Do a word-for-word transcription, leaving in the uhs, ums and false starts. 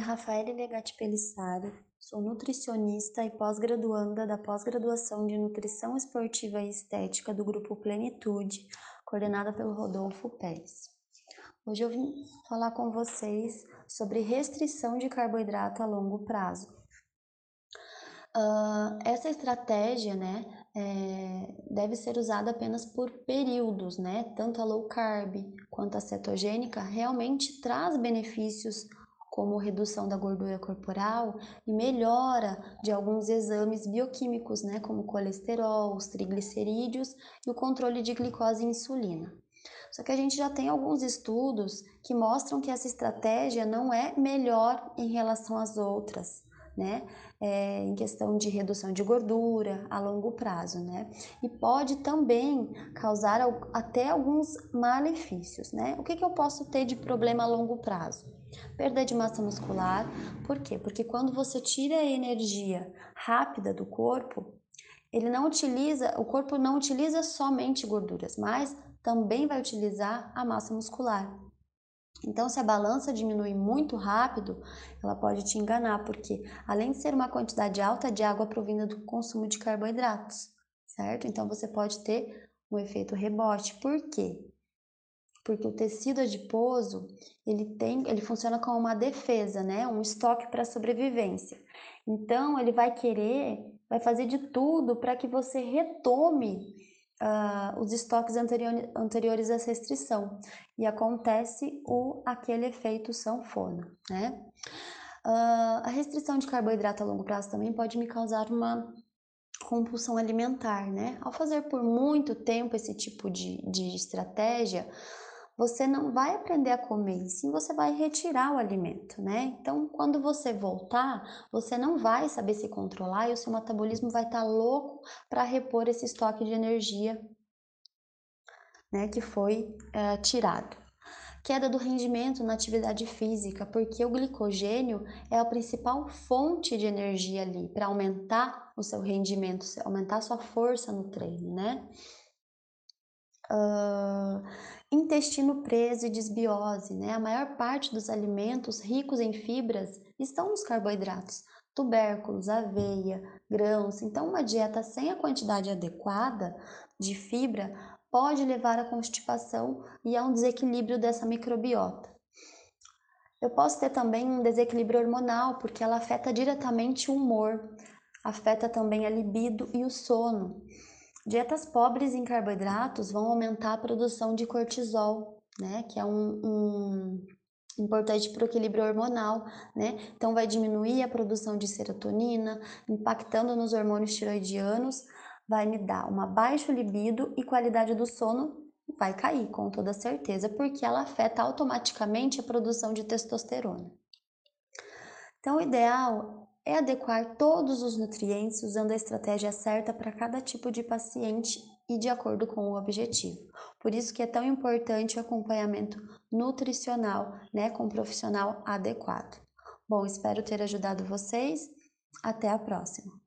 Rafaele Legatti Pelissari, sou nutricionista e pós-graduanda da pós-graduação de Nutrição Esportiva e Estética do Grupo Plenitude, coordenada pelo Rodolfo Pérez. Hoje eu vim falar com vocês sobre restrição de carboidrato a longo prazo. Uh, essa estratégia, né, é, deve ser usada apenas por períodos, né? Tanto a low carb quanto a cetogênica realmente traz benefícios como redução da gordura corporal e melhora de alguns exames bioquímicos, né, como colesterol, os triglicerídeos e o controle de glicose e insulina. Só que a gente já tem alguns estudos que mostram que essa estratégia não é melhor em relação às outras, né, é, em questão de redução de gordura a longo prazo, né, e pode também causar até alguns malefícios, né. O que que eu posso ter de problema a longo prazo? Perda de massa muscular. Por quê? Porque quando você tira a energia rápida do corpo, ele não utiliza, o corpo não utiliza somente gorduras, mas também vai utilizar a massa muscular. Então, se a balança diminui muito rápido, ela pode te enganar, porque além de ser uma quantidade alta de água provinda do consumo de carboidratos, certo? Então, você pode ter um efeito rebote. Por quê? Porque o tecido adiposo, ele tem, ele funciona como uma defesa, né? Um estoque para sobrevivência. Então, ele vai querer, vai fazer de tudo para que você retome uh, os estoques anterior, anteriores à restrição. E acontece o, aquele efeito sanfona, né? Uh, a restrição de carboidrato a longo prazo também pode me causar uma compulsão alimentar, né? Ao fazer por muito tempo esse tipo de, de estratégia, você não vai aprender a comer, sim você vai retirar o alimento, né? Então, quando você voltar, você não vai saber se controlar e o seu metabolismo vai estar louco para repor esse estoque de energia, né, que foi é, tirado. Queda do rendimento na atividade física, porque o glicogênio é a principal fonte de energia ali para aumentar o seu rendimento, aumentar a sua força no treino, né? Uh, intestino preso e desbiose, né? A maior parte dos alimentos ricos em fibras estão nos carboidratos, tubérculos, aveia, grãos. Então, uma dieta sem a quantidade adequada de fibra pode levar à constipação e a um desequilíbrio dessa microbiota. Eu posso ter também um desequilíbrio hormonal, porque ela afeta diretamente o humor, afeta também a libido e o sono. Dietas pobres em carboidratos vão aumentar a produção de cortisol, né, que é um, um importante para o equilíbrio hormonal, né? Então vai diminuir a produção de serotonina, impactando nos hormônios tiroidianos, vai me dar uma baixa libido e qualidade do sono vai cair, com toda certeza, porque ela afeta automaticamente a produção de testosterona. Então, o ideal é adequar todos os nutrientes usando a estratégia certa para cada tipo de paciente e de acordo com o objetivo. Por isso que é tão importante o acompanhamento nutricional, né, com um profissional adequado. Bom, espero ter ajudado vocês. Até a próxima!